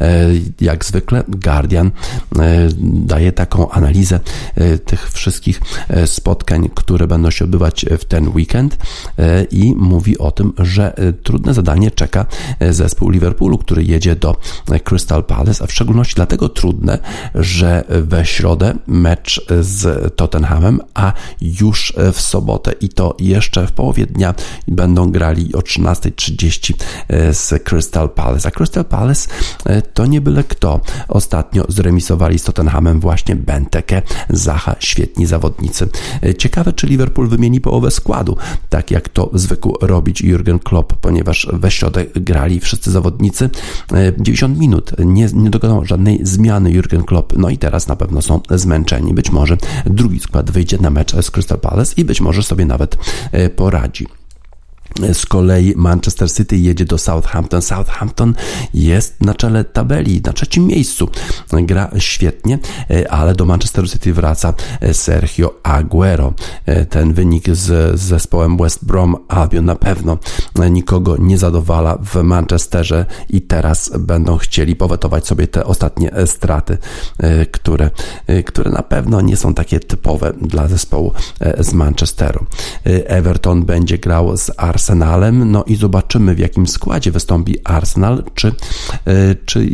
jak zwykle Guardian daje taką analizę tych wszystkich spotkań, które będą się odbywać w ten weekend, i mówi o tym, że trudne zadanie czeka zespół Liverpoolu, który jedzie do Crystal Palace, a w szczególności dlatego trudne, że we środę mecz z Tottenhamem, a już w sobotę, i to jeszcze w połowie dnia, będą grali o trzynasta trzydzieści z Crystal Palace. A Crystal Palace to nie byle kto. Ostatnio zremisowali z Tottenhamem właśnie Benteke, Zaha, świetni zawodnicy. Ciekawe, czy Liverpool wymieni połowę składu, tak jak to zwykł robić Jurgen Klopp, ponieważ we środę grali wszyscy zawodnicy dziewięćdziesiąt minut. Nie, nie dokonał żadnej zmiany Jurgen Klopp, no i teraz na pewno są zmęczeni. Być może drugi skład wyjdzie na mecz z Crystal Palace i być może sobie nawet poradzi. Z kolei Manchester City jedzie do Southampton. Southampton jest na czele tabeli, na trzecim miejscu. Gra świetnie, ale do Manchesteru City wraca Sergio Aguero. Ten wynik z, z zespołem West Brom Albion na pewno nikogo nie zadowala w Manchesterze i teraz będą chcieli powetować sobie te ostatnie straty, które, które na pewno nie są takie typowe dla zespołu z Manchesteru. Everton będzie grał z Arsenalem. Arsenalem, no i zobaczymy, w jakim składzie wystąpi Arsenal, czy, czy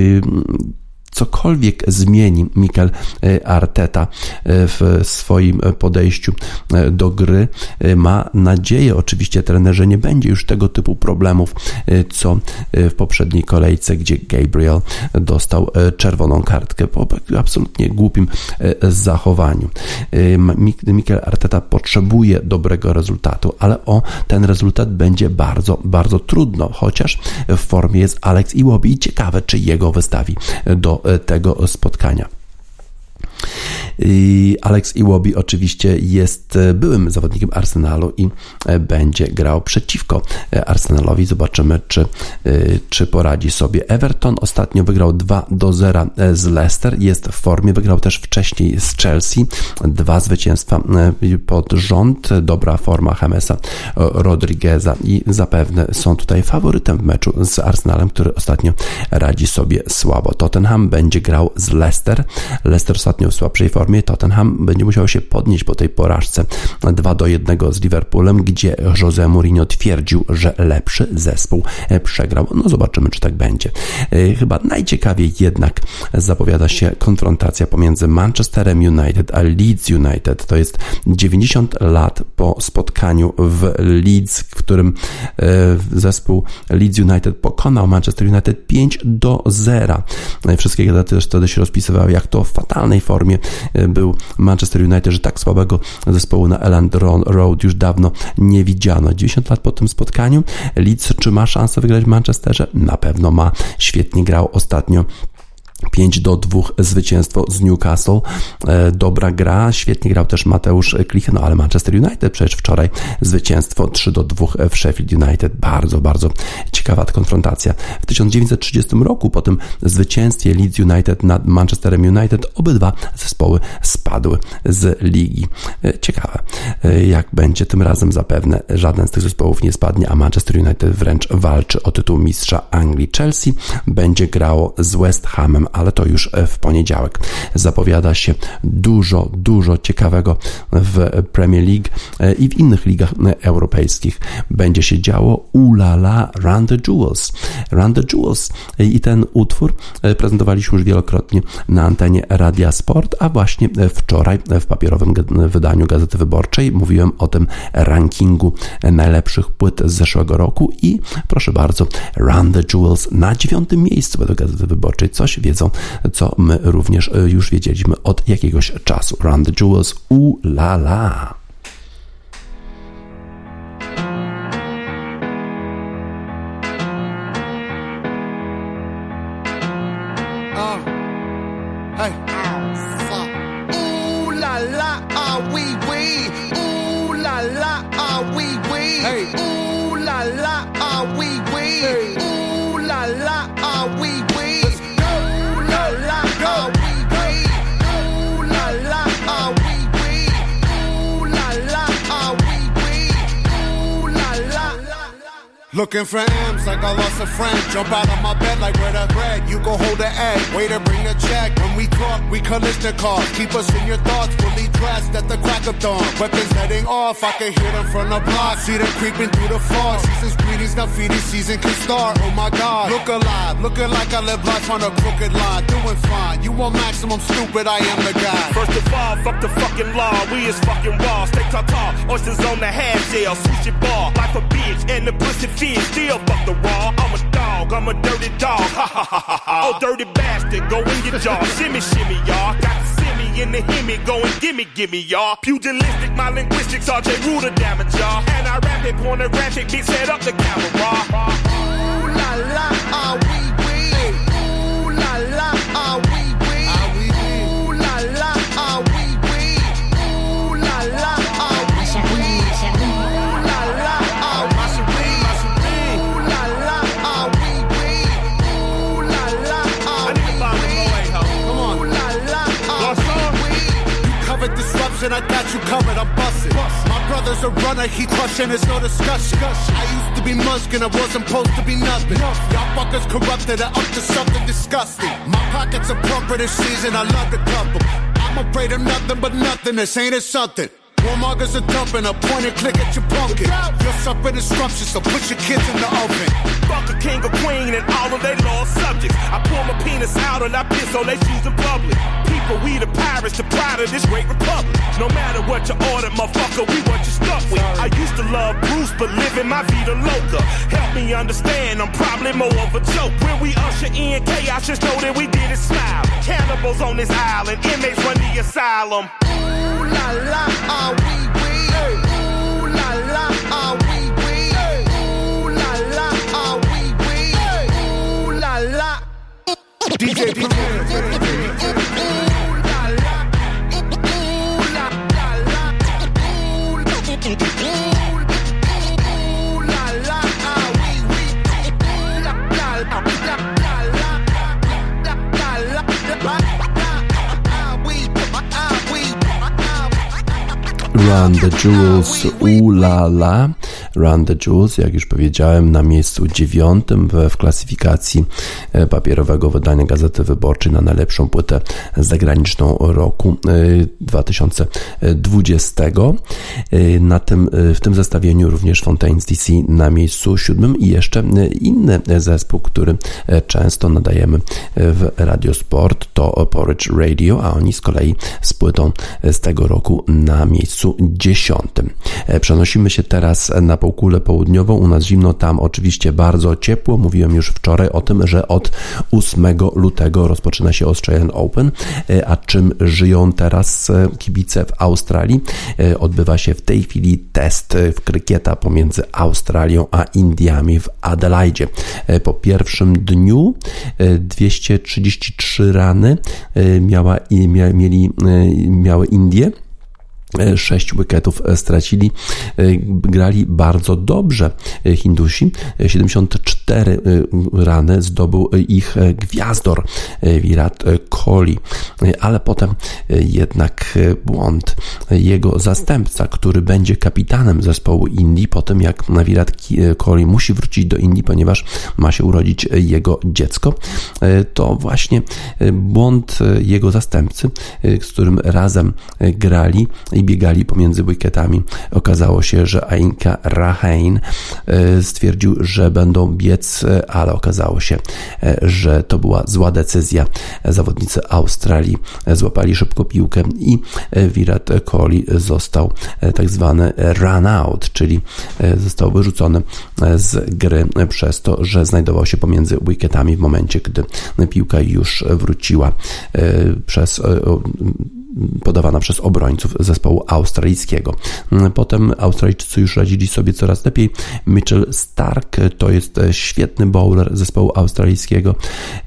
cokolwiek zmieni Mikel Arteta w swoim podejściu do gry. Ma nadzieję, oczywiście trener, że nie będzie już tego typu problemów, co w poprzedniej kolejce, gdzie Gabriel dostał czerwoną kartkę po absolutnie głupim zachowaniu. Mikel Arteta potrzebuje dobrego rezultatu, ale o ten rezultat będzie bardzo, bardzo trudno, chociaż w formie jest Alex Iwobi i ciekawe, czy jego wystawi do tego spotkania. Alex Iwobi oczywiście jest byłym zawodnikiem Arsenalu i będzie grał przeciwko Arsenalowi. Zobaczymy, czy, czy poradzi sobie. Everton ostatnio wygrał dwa do zera z Leicester. Jest w formie. Wygrał też wcześniej z Chelsea. Dwa zwycięstwa pod rząd. Dobra forma Jamesa Rodrigueza i zapewne są tutaj faworytem w meczu z Arsenalem, który ostatnio radzi sobie słabo. Tottenham będzie grał z Leicester. Leicester ostatnio w słabszej formie. Tottenham będzie musiał się podnieść po tej porażce dwa do jednego z Liverpoolem, gdzie Jose Mourinho twierdził, że lepszy zespół przegrał. No zobaczymy, czy tak będzie. Chyba najciekawiej jednak zapowiada się konfrontacja pomiędzy Manchesterem United a Leeds United. To jest dziewięćdziesiąt lat po spotkaniu w Leeds, w którym zespół Leeds United pokonał Manchester United pięć do zera. Wszystkie gazety też wtedy się rozpisywały, jak to w fatalnej formie był Manchester United, że tak słabego zespołu na Elland Road już dawno nie widziano. dziewięćdziesiąt lat po tym spotkaniu Leeds czy ma szansę wygrać w Manchesterze? Na pewno ma. Świetnie grał ostatnio. pięć do dwóch zwycięstwo z Newcastle. E, dobra gra, świetnie grał też Mateusz Klich, no ale Manchester United przecież wczoraj zwycięstwo trzy do dwóch w Sheffield United. Bardzo, bardzo ciekawa konfrontacja. W tysiąc dziewięćset trzydziestym roku po tym zwycięstwie Leeds United nad Manchesterem United obydwa zespoły spadły z ligi. E, ciekawe, e, jak będzie tym razem. Zapewne żaden z tych zespołów nie spadnie, a Manchester United wręcz walczy o tytuł mistrza Anglii. Chelsea będzie grało z West Hamem, ale to już w poniedziałek. Zapowiada się dużo, dużo ciekawego w Premier League i w innych ligach europejskich. Będzie się działo ulala Run the Jewels. Run the Jewels i ten utwór prezentowaliśmy już wielokrotnie na antenie Radia Sport, a właśnie wczoraj w papierowym wydaniu Gazety Wyborczej mówiłem o tym rankingu najlepszych płyt z zeszłego roku i proszę bardzo, Run the Jewels na dziewiątym miejscu według Gazety Wyborczej. Coś wiedzą, co my również już wiedzieliśmy od jakiegoś czasu. Run the Jewels, u la la. Looking for M's like I lost a friend. Jump out of my bed like where the bread. You go hold the egg. Waiter, bring the check. When we talk, we collision cars. Keep us in your thoughts. Fully dressed at the crack of dawn. Weapons heading off. I can hear them from the block. See them creeping through the fog. Season's greetings. Now feeding season can start. Oh my God. Look alive. Looking like I live life on a crooked line. Doing fine. You want maximum stupid. I am the guy. First of all, fuck the fucking law. We is fucking raw. Stay tall, tall. Oysters on the half shell. Sushi bar. Like a bitch. And the pussy fit. Still fuck the raw. I'm a dog, I'm a dirty dog. Ha ha ha ha ha. Oh, dirty bastard, go in your jaw. Shimmy, shimmy, y'all. Got the simmy in the himmy. Go and gimme, gimme, y'all. Pugilistic, my linguistics, R J Ruler damage, y'all. And I rap it, pornographic, bitch, set up the camera. Ooh la la, ah we we. Ooh la la, ah we we. Ooh la la, ah we we. Ooh la la, ah we we. Ooh la la, ah we we. Disruption, I got you covered, I'm busting. My brother's a runner, he crushing, there's no discussion. I used to be Munchkin, I wasn't supposed to be nothing. Y'all fuckers corrupted, I'm up to something disgusting. My pockets are plumper this season, I love to couple. I'm afraid of nothing but nothing, this ain't it something. Warmongers are dumping, a point and click at your pumpkin. You're suffering scrumptious, so put your kids in the oven. Fuck a king or queen and all of their lost subjects. I pull my penis out and I piss on their shoes in public. People, we the pirates, the pride of this great republic. No matter what you order, motherfucker, we what you stuck with. I used to love Bruce, but living my vida loca. Help me understand, I'm probably more of a joke. When we usher in chaos, just know that we did it smile. Cannibals on this island, inmates run the asylum. Ooh la la, ah we we. Ooh la la, ah we we. Ooh la la, ah we we. Ooh la la. D J D J. Run the Jewels, u la la. Run the Jewels, jak już powiedziałem, na miejscu dziewiątym w, w klasyfikacji papierowego wydania Gazety Wyborczej na najlepszą płytę zagraniczną roku dwa tysiące dwudziestego. Na tym, w tym zestawieniu również Fontaines D C na miejscu siódmym i jeszcze inny zespół, który często nadajemy w Radiosport, to Porridge Radio, a oni z kolei z płytą z tego roku na miejscu dziesiątym. Przenosimy się teraz na półkulę południową, u nas zimno, tam oczywiście bardzo ciepło. Mówiłem już wczoraj o tym, że od ósmego lutego rozpoczyna się Australian Open. A czym żyją teraz kibice w Australii? Odbywa się w tej chwili test w krykieta pomiędzy Australią a Indiami w Adelaide. Po pierwszym dniu dwieście trzydzieści trzy rany miała, mieli, miały Indie. Sześć wicketów stracili, grali bardzo dobrze Hindusi, siedemdziesiąt cztery rany zdobył ich gwiazdor Virat Kohli, ale potem jednak błąd. Jego zastępca, który będzie kapitanem zespołu Indii, po tym jak Virat Kohli musi wrócić do Indii, ponieważ ma się urodzić jego dziecko, to właśnie błąd jego zastępcy, z którym razem grali i biegali pomiędzy wicketami. Okazało się, że Ajinkya Rahane stwierdził, że będą biec, ale okazało się, że to była zła decyzja. Zawodnicy Australii złapali szybko piłkę i Virat Kohli został tak zwany run out, czyli został wyrzucony z gry przez to, że znajdował się pomiędzy wicketami w momencie, gdy piłka już wróciła przez podawana przez obrońców zespołu australijskiego. Potem Australijczycy już radzili sobie coraz lepiej. Mitchell Starc to jest świetny bowler zespołu australijskiego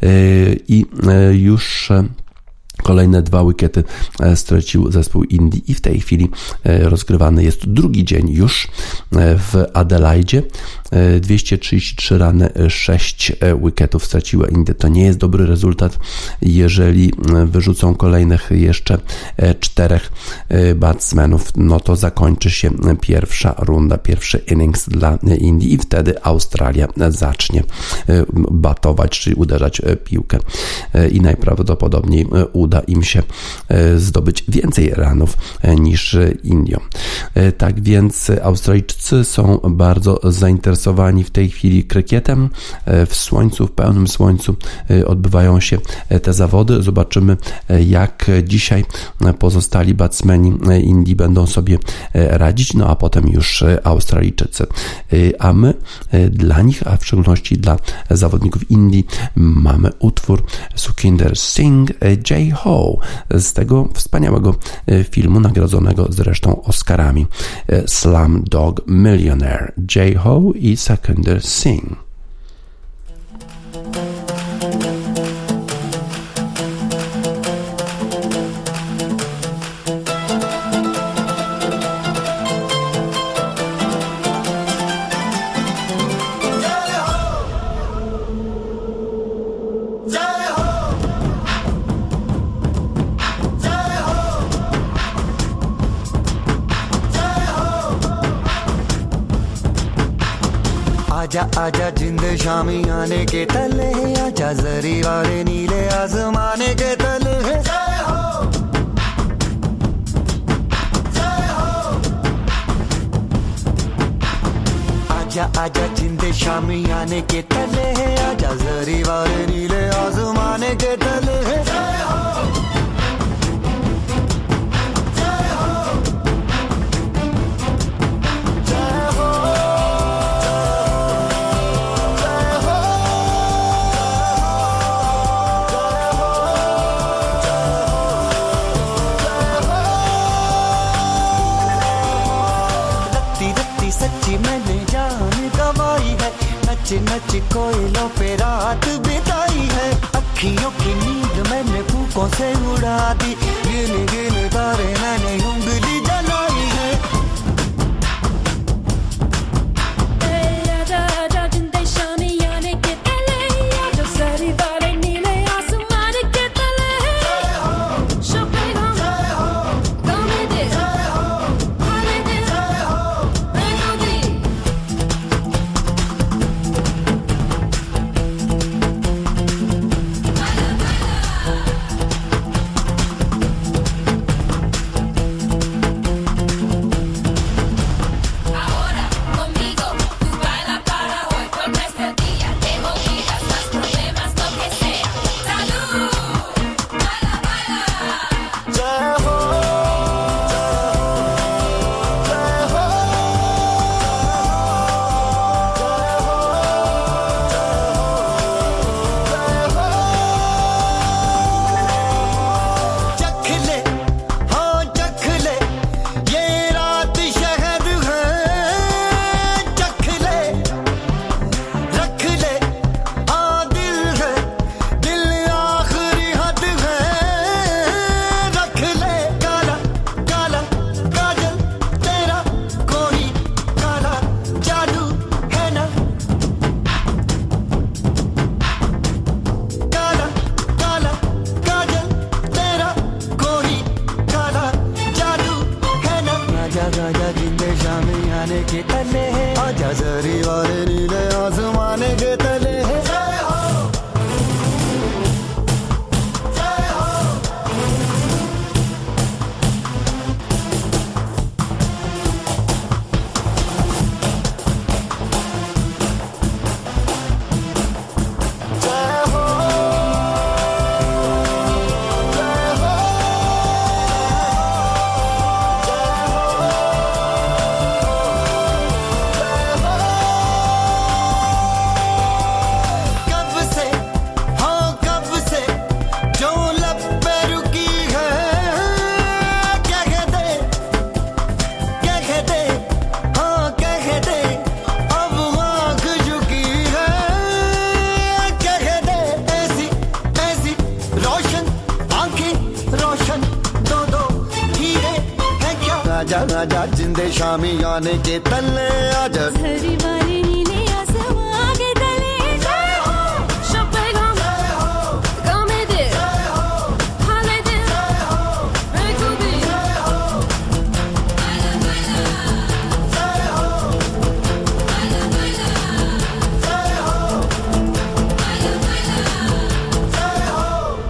i już kolejne dwa wickety stracił zespół Indii i w tej chwili rozgrywany jest drugi dzień już w Adelaide. dwieście trzydzieści trzy rany, sześć wicketów straciła Indie. To nie jest dobry rezultat. Jeżeli wyrzucą kolejnych jeszcze czterech batsmenów, no to zakończy się pierwsza runda, pierwszy innings dla Indii i wtedy Australia zacznie batować, czyli uderzać piłkę i najprawdopodobniej uda im się zdobyć więcej ranów niż Indiom. Tak więc Australijczycy są bardzo zainteresowani w tej chwili krykietem. W słońcu, w pełnym słońcu odbywają się te zawody. Zobaczymy, jak dzisiaj pozostali batsmeni Indii będą sobie radzić, no a potem już Australijczycy. A my dla nich, a w szczególności dla zawodników Indii, mamy utwór Sukhinder Singh Jai Ho z tego wspaniałego filmu, nagrodzonego zresztą Oscarami, Slumdog Millionaire. Jai Ho i Sukhinder Singh. आजा आजा जिंद शामी आने के तले आजा जरी वाले नीले आसमाने के तले जय हो जय हो आजा आजा जिंद शामी आने के तले आजा जरी वाले नीले आसमाने के तले जय हो नच नच कोयलों पे रात बिताई है अखियों की नींद मैंने फूकों से उड़ा दी गिन गिन तारे मैंने उंगली जलाई है आसमाने के तले है आजा जरी वाले नीले आसमाने के तले है जय हो जय हो आजा आजा जिंदे शामी आने के तले आजा हरी वाली नीले आसमां के तले जय हो शपेगा जय हो गामे दे जय हो हाले दे जय हो रे तू भी जय हो बाला बाला जय हो बाला बाला जय हो बाला बाला जय हो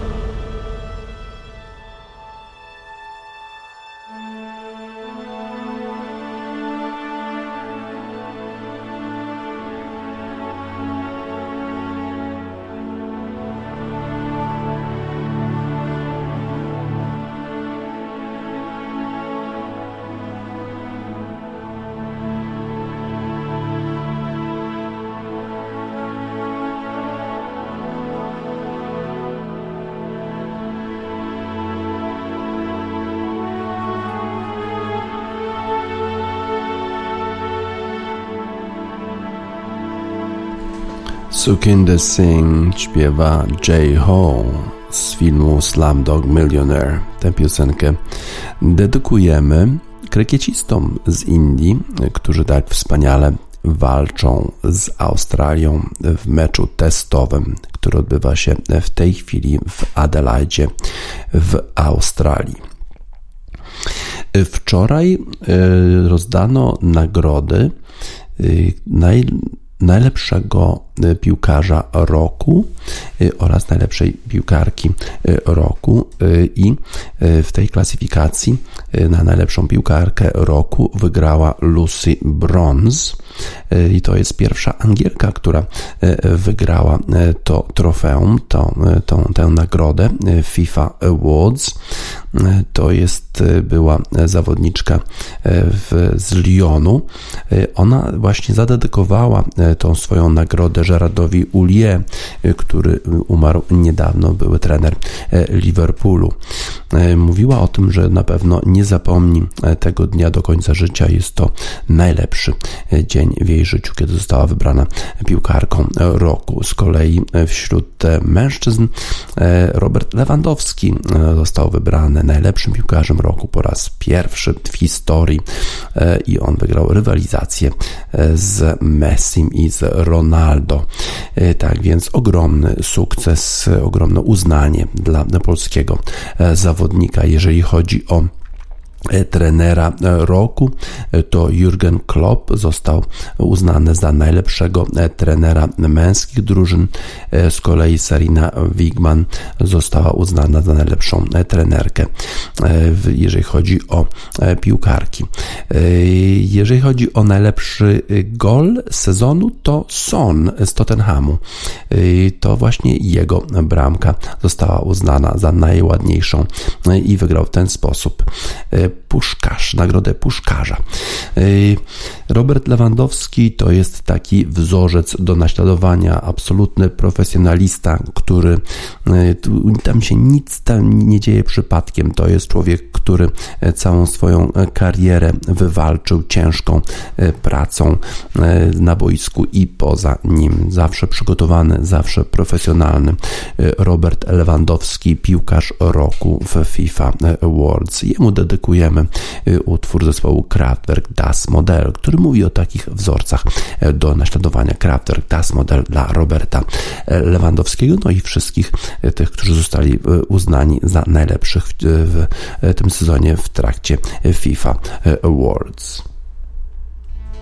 Sukhinder Singh śpiewa Jai-Ho z filmu Slumdog Millionaire. Tę piosenkę dedykujemy krykiecistom z Indii, którzy tak wspaniale walczą z Australią w meczu testowym, który odbywa się w tej chwili w Adelaide w Australii. Wczoraj rozdano nagrody naj najlepszego piłkarza roku oraz najlepszej piłkarki roku i w tej klasyfikacji na najlepszą piłkarkę roku wygrała Lucy Bronze i to jest pierwsza Angielka, która wygrała to trofeum, to, tą, tę nagrodę FIFA Awards. To jest była zawodniczka w, z Lyonu. Ona właśnie zadedykowała tą swoją nagrodę Gerardowi Houllier, który umarł niedawno, były trener Liverpoolu. Mówiła o tym, że na pewno nie zapomni tego dnia do końca życia. Jest to najlepszy dzień w jej życiu, kiedy została wybrana piłkarką roku. Z kolei wśród mężczyzn Robert Lewandowski został wybrany najlepszym piłkarzem roku po raz pierwszy w historii i on wygrał rywalizację z Messim i z Ronaldo. Tak więc ogromny sukces, ogromne uznanie dla polskiego zawodnika. Jeżeli chodzi o trenera roku, to Jurgen Klopp został uznany za najlepszego trenera męskich drużyn. Z kolei Sarina Wiegman została uznana za najlepszą trenerkę, jeżeli chodzi o piłkarki. Jeżeli chodzi o najlepszy gol sezonu, to Son z Tottenhamu. To właśnie jego bramka została uznana za najładniejszą i wygrał w ten sposób Puszkarz, nagrodę Puszkarza. Robert Lewandowski to jest taki wzorzec do naśladowania, absolutny profesjonalista, który tam się nic tam nie dzieje przypadkiem. To jest człowiek, który całą swoją karierę wywalczył ciężką pracą na boisku i poza nim. Zawsze przygotowany, zawsze profesjonalny. Robert Lewandowski, piłkarz roku w FIFA Awards. Jemu dedykujemy utwór zespołu Kraftwerk Das Modell, który mówi o takich wzorcach do naśladowania. Kraftwerk Das Modell dla Roberta Lewandowskiego, no i wszystkich tych, którzy zostali uznani za najlepszych w tym sezonie w trakcie FIFA Awards.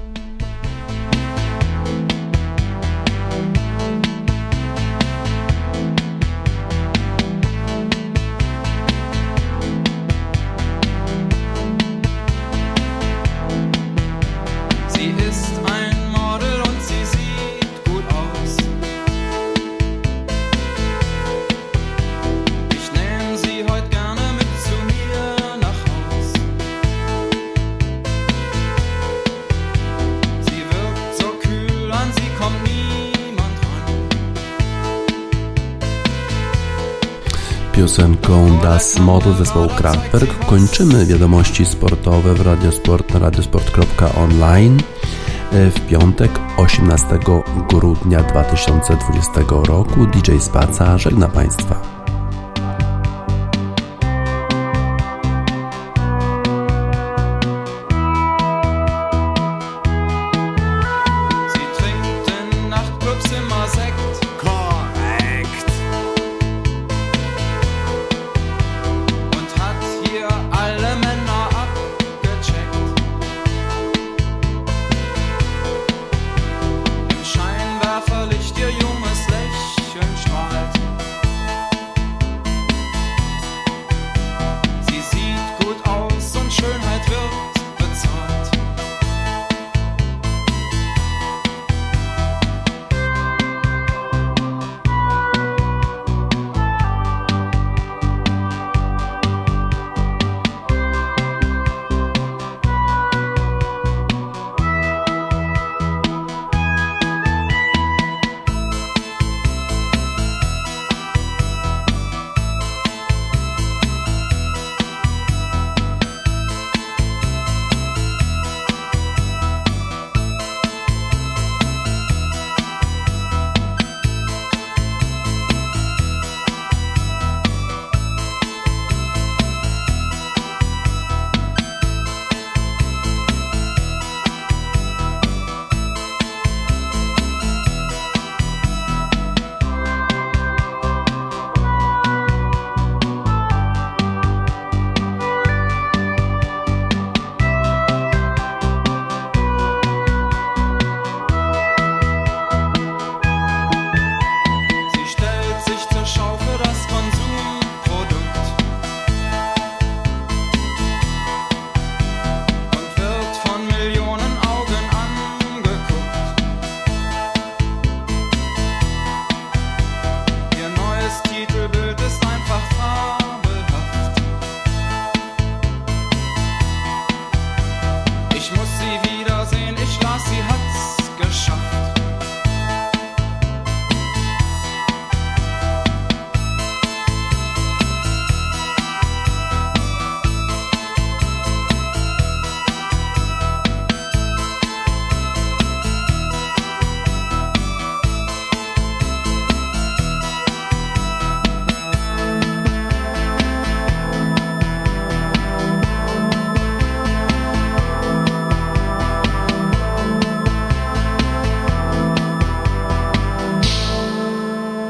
piosenką Das Model zespołu Kraftwerk kończymy wiadomości sportowe w Radiosport na radiosport kropka online w piątek osiemnastego grudnia dwa tysiące dwudziestego roku. D J Spaca żegna Państwa.